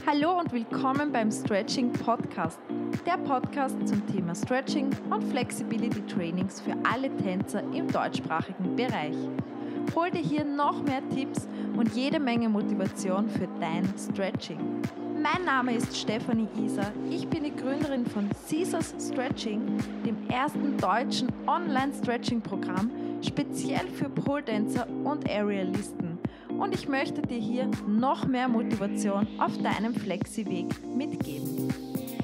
Hallo und willkommen beim Stretching Podcast, der Podcast zum Thema Stretching und Flexibility Trainings für alle Tänzer im deutschsprachigen Bereich. Hol dir hier noch mehr Tipps und jede Menge Motivation für dein Stretching. Mein Name ist Stefanie Iser, ich bin die Gründerin von Caesars Stretching, dem ersten deutschen Online-Stretching-Programm, speziell für Pole-Dancer und Aerialisten. Und ich möchte dir hier noch mehr Motivation auf deinem Flexi-Weg mitgeben.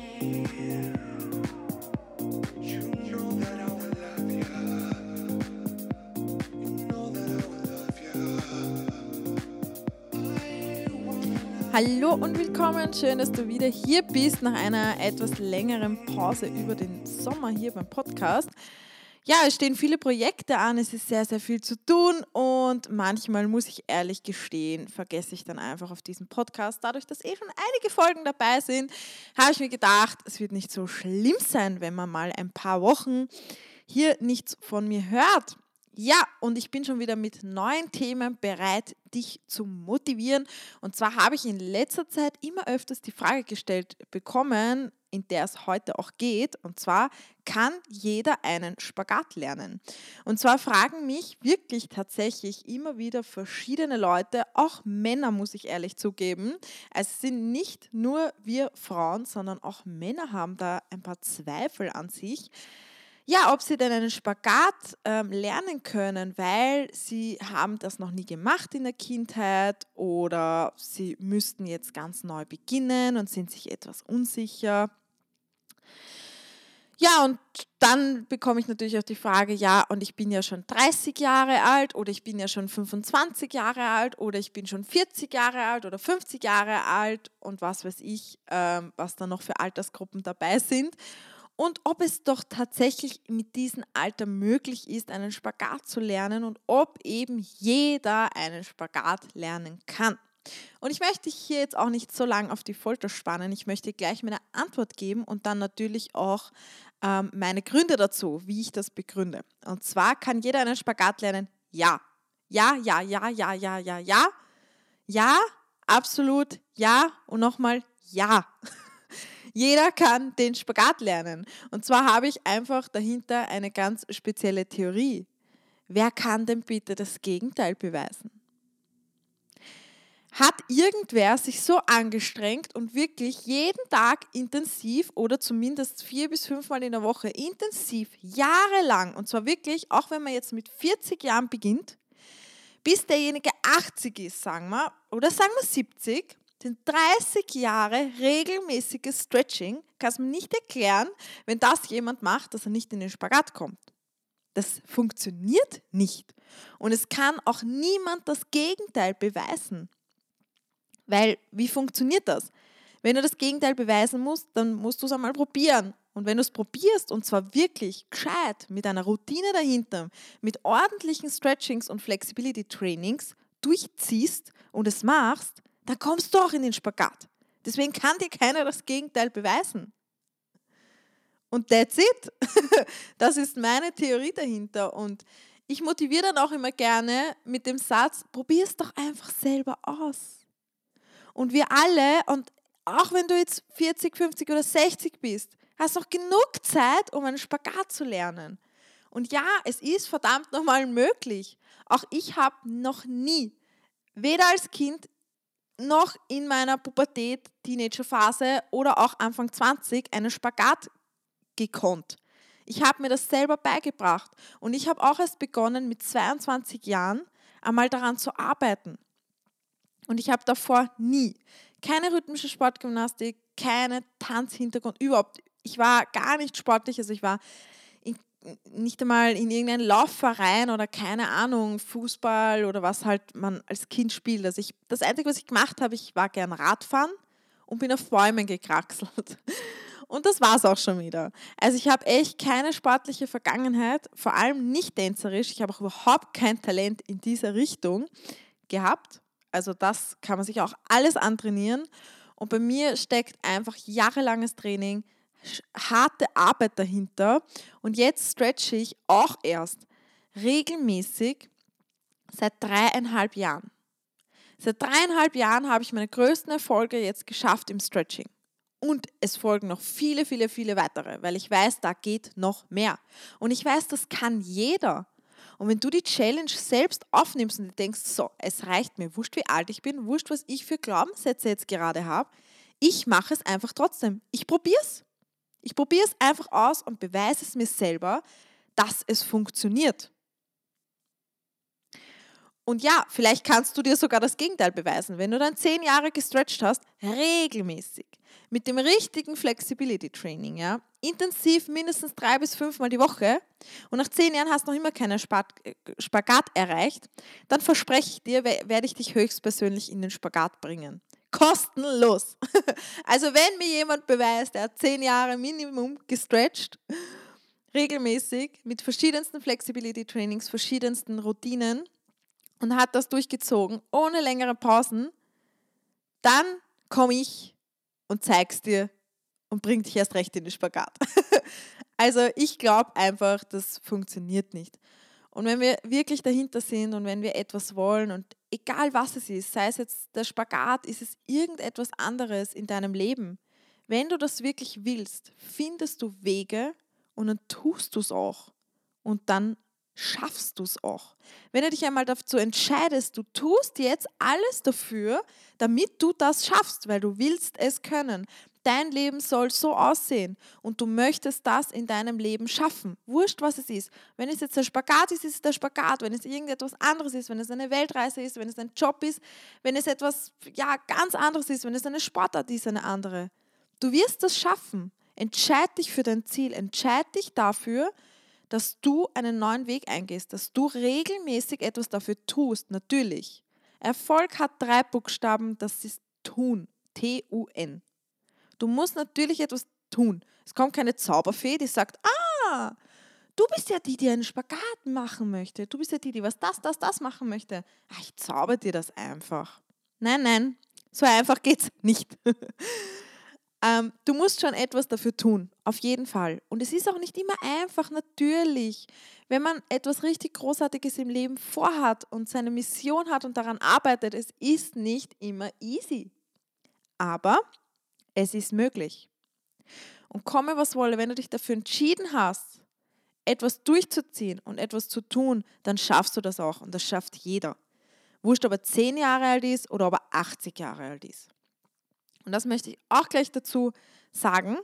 Hallo und willkommen, schön, dass du wieder hier bist nach einer etwas längeren Pause über den Sommer hier beim Podcast. Ja, es stehen viele Projekte an, es ist sehr, sehr viel zu tun und manchmal, muss ich ehrlich gestehen, vergesse ich dann einfach auf diesen Podcast. Dadurch, dass schon einige Folgen dabei sind, habe ich mir gedacht, es wird nicht so schlimm sein, wenn man mal ein paar Wochen hier nichts von mir hört. Ja, und ich bin schon wieder mit neuen Themen bereit, dich zu motivieren. Und zwar habe ich in letzter Zeit immer öfters die Frage gestellt bekommen, in der es heute auch geht. Und zwar, kann jeder einen Spagat lernen? Und zwar fragen mich wirklich tatsächlich immer wieder verschiedene Leute, auch Männer, muss ich ehrlich zugeben. Es sind nicht nur wir Frauen, sondern auch Männer haben da ein paar Zweifel an sich. Ja, ob sie denn einen Spagat lernen können, weil sie haben das noch nie gemacht in der Kindheit oder sie müssten jetzt ganz neu beginnen und sind sich etwas unsicher. Ja, und dann bekomme ich natürlich auch die Frage, ja, und ich bin ja schon 30 Jahre alt oder ich bin ja schon 25 Jahre alt oder ich bin schon 40 Jahre alt oder 50 Jahre alt und was weiß ich, was da noch für Altersgruppen dabei sind. Und ob es doch tatsächlich mit diesem Alter möglich ist, einen Spagat zu lernen und ob eben jeder einen Spagat lernen kann. Und ich möchte dich hier jetzt auch nicht so lange auf die Folter spannen. Ich möchte gleich meine Antwort geben und dann natürlich auch meine Gründe dazu, wie ich das begründe. Und zwar kann jeder einen Spagat lernen. Ja. Ja, ja, ja, ja, ja, ja, ja. Ja, absolut ja und nochmal ja. Jeder kann den Spagat lernen. Und zwar habe ich einfach dahinter eine ganz spezielle Theorie. Wer kann denn bitte das Gegenteil beweisen? Hat irgendwer sich so angestrengt und wirklich jeden Tag intensiv oder zumindest 4 bis 5 Mal in der Woche intensiv, jahrelang, und zwar wirklich, auch wenn man jetzt mit 40 Jahren beginnt, bis derjenige 80 ist, sagen wir, oder sagen wir 70, sind 30 Jahre regelmäßiges Stretching, kannst du mir nicht erklären, wenn das jemand macht, dass er nicht in den Spagat kommt. Das funktioniert nicht. Und es kann auch niemand das Gegenteil beweisen. Weil, wie funktioniert das? Wenn du das Gegenteil beweisen musst, dann musst du es einmal probieren. Und wenn du es probierst, und zwar wirklich gescheit, mit einer Routine dahinter, mit ordentlichen Stretchings und Flexibility Trainings durchziehst und es machst, dann kommst du auch in den Spagat. Deswegen kann dir keiner das Gegenteil beweisen. Und that's it. Das ist meine Theorie dahinter. Und ich motiviere dann auch immer gerne mit dem Satz, probier es doch einfach selber aus. Und wir alle, und auch wenn du jetzt 40, 50 oder 60 bist, hast noch genug Zeit, um einen Spagat zu lernen. Und ja, es ist verdammt nochmal möglich. Auch ich habe noch nie, weder als Kind noch in meiner Pubertät, Teenagerphase oder auch Anfang 20 einen Spagat gekonnt. Ich habe mir das selber beigebracht und ich habe auch erst begonnen, mit 22 Jahren einmal daran zu arbeiten. Und ich habe davor keine rhythmische Sportgymnastik, keine Tanzhintergrund, überhaupt. Ich war gar nicht sportlich, also ich war nicht einmal in irgendeinen Laufverein oder keine Ahnung, Fußball oder was halt man als Kind spielt. Also das Einzige, was ich gemacht habe, ich war gern Radfahren und bin auf Bäumen gekraxelt. Und das war es auch schon wieder. Also ich habe echt keine sportliche Vergangenheit, vor allem nicht tänzerisch. Ich habe auch überhaupt kein Talent in dieser Richtung gehabt. Also das kann man sich auch alles antrainieren. Und bei mir steckt einfach jahrelanges Training, harte Arbeit dahinter. Und jetzt stretche ich auch erst regelmäßig seit 3,5 Jahren. Seit 3,5 Jahren habe ich meine größten Erfolge jetzt geschafft im Stretching. Und es folgen noch viele, viele, viele weitere, weil ich weiß, da geht noch mehr. Und ich weiß, das kann jeder. Und wenn du die Challenge selbst aufnimmst und denkst, so, es reicht mir, wurscht wie alt ich bin, wurscht was ich für Glaubenssätze jetzt gerade habe, ich mache es einfach trotzdem. Ich probiere es. Ich probiere es einfach aus und beweise es mir selber, dass es funktioniert. Und ja, vielleicht kannst du dir sogar das Gegenteil beweisen, wenn du dann 10 Jahre gestretcht hast, regelmäßig, mit dem richtigen Flexibility Training, ja, intensiv mindestens 3 bis 5 Mal die Woche und nach 10 Jahren hast du noch immer keinen Spagat erreicht, dann verspreche ich dir, werde ich dich höchstpersönlich in den Spagat bringen. Kostenlos. Also wenn mir jemand beweist, der hat 10 Jahre Minimum gestretcht, regelmäßig, mit verschiedensten Flexibility Trainings, verschiedensten Routinen, und hat das durchgezogen, ohne längere Pausen, dann komme ich und zeig's dir und bring dich erst recht in den Spagat. Also ich glaube einfach, das funktioniert nicht. Und wenn wir wirklich dahinter sind und wenn wir etwas wollen und egal was es ist, sei es jetzt der Spagat, ist es irgendetwas anderes in deinem Leben, wenn du das wirklich willst, findest du Wege und dann tust du es auch. Und dann schaffst du es auch. Wenn du dich einmal dazu entscheidest, du tust jetzt alles dafür, damit du das schaffst, weil du willst es können. Dein Leben soll so aussehen und du möchtest das in deinem Leben schaffen. Wurscht, was es ist. Wenn es jetzt der Spagat ist, ist es der Spagat. Wenn es irgendetwas anderes ist, wenn es eine Weltreise ist, wenn es ein Job ist, wenn es etwas ganz anderes ist, wenn es eine Sportart ist, eine andere. Du wirst das schaffen. Entscheid dich für dein Ziel. Entscheid dich dafür, dass du einen neuen Weg eingehst, dass du regelmäßig etwas dafür tust, natürlich. Erfolg hat 3 Buchstaben, das ist tun, T-U-N. Du musst natürlich etwas tun. Es kommt keine Zauberfee, die sagt, du bist ja die einen Spagat machen möchte. Du bist ja die was das machen möchte. Ich zauber dir das einfach. Nein, so einfach geht's nicht. Du musst schon etwas dafür tun, auf jeden Fall. Und es ist auch nicht immer einfach, natürlich. Wenn man etwas richtig Großartiges im Leben vorhat und seine Mission hat und daran arbeitet, es ist nicht immer easy. Aber es ist möglich. Und komme, was wolle, wenn du dich dafür entschieden hast, etwas durchzuziehen und etwas zu tun, dann schaffst du das auch. Und das schafft jeder. Wurscht, ob er 10 Jahre alt ist oder ob er 80 Jahre alt ist. Und das möchte ich auch gleich dazu sagen.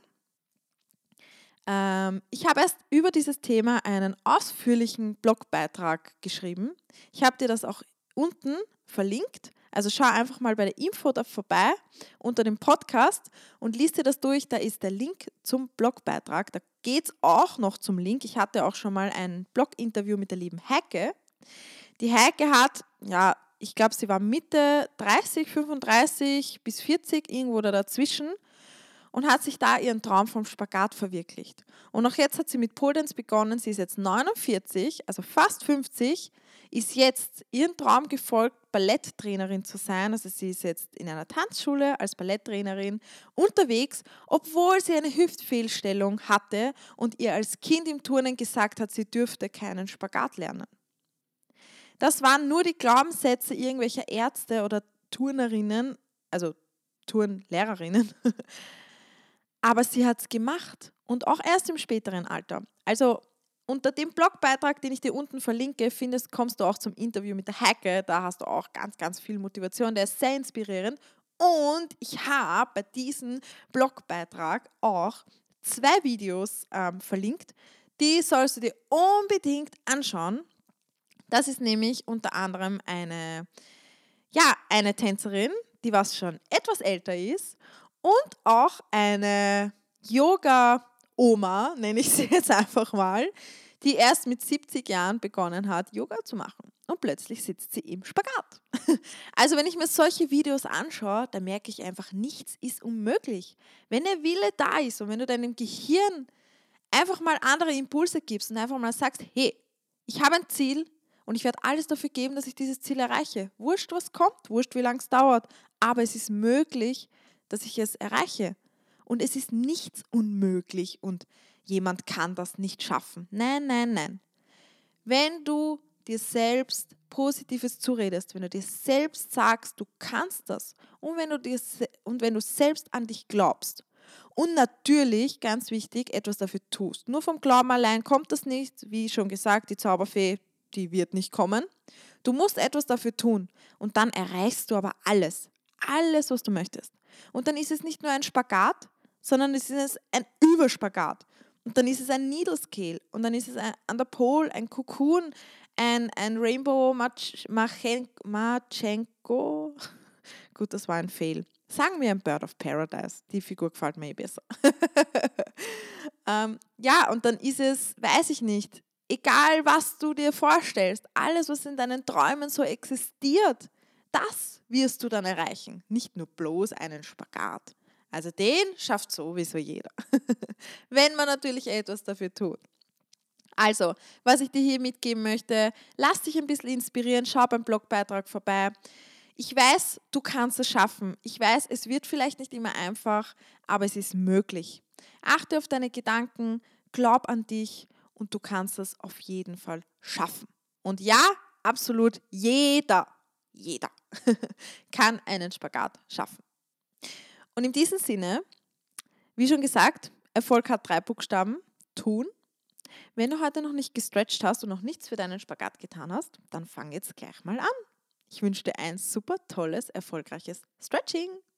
Ich habe erst über dieses Thema einen ausführlichen Blogbeitrag geschrieben. Ich habe dir das auch unten verlinkt. Also schau einfach mal bei der Info da vorbei unter dem Podcast und lies dir das durch. Da ist der Link zum Blogbeitrag. Da geht es auch noch zum Link. Ich hatte auch schon mal ein Blog-Interview mit der lieben Heike. Die Heike hat, ich glaube, sie war Mitte 30, 35 bis 40, irgendwo da dazwischen und hat sich da ihren Traum vom Spagat verwirklicht. Und auch jetzt hat sie mit Pole Dance begonnen. Sie ist jetzt 49, also fast 50, ist jetzt ihren Traum gefolgt, Balletttrainerin zu sein. Also sie ist jetzt in einer Tanzschule als Balletttrainerin unterwegs, obwohl sie eine Hüftfehlstellung hatte und ihr als Kind im Turnen gesagt hat, sie dürfte keinen Spagat lernen. Das waren nur die Glaubenssätze irgendwelcher Ärzte oder Turnerinnen, also Turnlehrerinnen. Aber sie hat es gemacht und auch erst im späteren Alter. Also unter dem Blogbeitrag, den ich dir unten verlinke, kommst du auch zum Interview mit der Heike. Da hast du auch ganz, ganz viel Motivation. Der ist sehr inspirierend. Und ich habe bei diesem Blogbeitrag auch 2 Videos verlinkt. Die sollst du dir unbedingt anschauen. Das ist nämlich unter anderem eine Tänzerin, die was schon etwas älter ist und auch eine Yoga-Oma, nenne ich sie jetzt einfach mal, die erst mit 70 Jahren begonnen hat, Yoga zu machen. Und plötzlich sitzt sie im Spagat. Also wenn ich mir solche Videos anschaue, dann merke ich einfach, nichts ist unmöglich. Wenn der Wille da ist und wenn du deinem Gehirn einfach mal andere Impulse gibst und einfach mal sagst, hey, ich habe ein Ziel, und ich werde alles dafür geben, dass ich dieses Ziel erreiche. Wurscht, was kommt, wurscht, wie lange es dauert. Aber es ist möglich, dass ich es erreiche. Und es ist nichts unmöglich und jemand kann das nicht schaffen. Nein. Wenn du dir selbst Positives zuredest, wenn du dir selbst sagst, du kannst das und wenn du selbst an dich glaubst und natürlich, ganz wichtig, etwas dafür tust. Nur vom Glauben allein kommt das nicht. Wie schon gesagt, die Zauberfee, die wird nicht kommen. Du musst etwas dafür tun und dann erreichst du aber alles. Alles, was du möchtest. Und dann ist es nicht nur ein Spagat, sondern es ist ein Überspagat. Und dann ist es ein Needle Scale und dann ist es ein Under Pole, ein Cocoon, ein Rainbow Machenko. Gut, das war ein Fail. Sagen wir ein Bird of Paradise. Die Figur gefällt mir besser. Ja, und dann ist es, weiß ich nicht, egal was du dir vorstellst, alles, was in deinen Träumen so existiert, das wirst du dann erreichen. Nicht nur bloß einen Spagat. Also den schafft sowieso jeder. Wenn man natürlich etwas dafür tut. Also, was ich dir hier mitgeben möchte, lass dich ein bisschen inspirieren, schau beim Blogbeitrag vorbei. Ich weiß, du kannst es schaffen. Ich weiß, es wird vielleicht nicht immer einfach, aber es ist möglich. Achte auf deine Gedanken, glaub an dich und du kannst es auf jeden Fall schaffen. Und ja, absolut jeder kann einen Spagat schaffen. Und in diesem Sinne, wie schon gesagt, Erfolg hat 3 Buchstaben, tun. Wenn du heute noch nicht gestretcht hast und noch nichts für deinen Spagat getan hast, dann fang jetzt gleich mal an. Ich wünsche dir ein super tolles, erfolgreiches Stretching.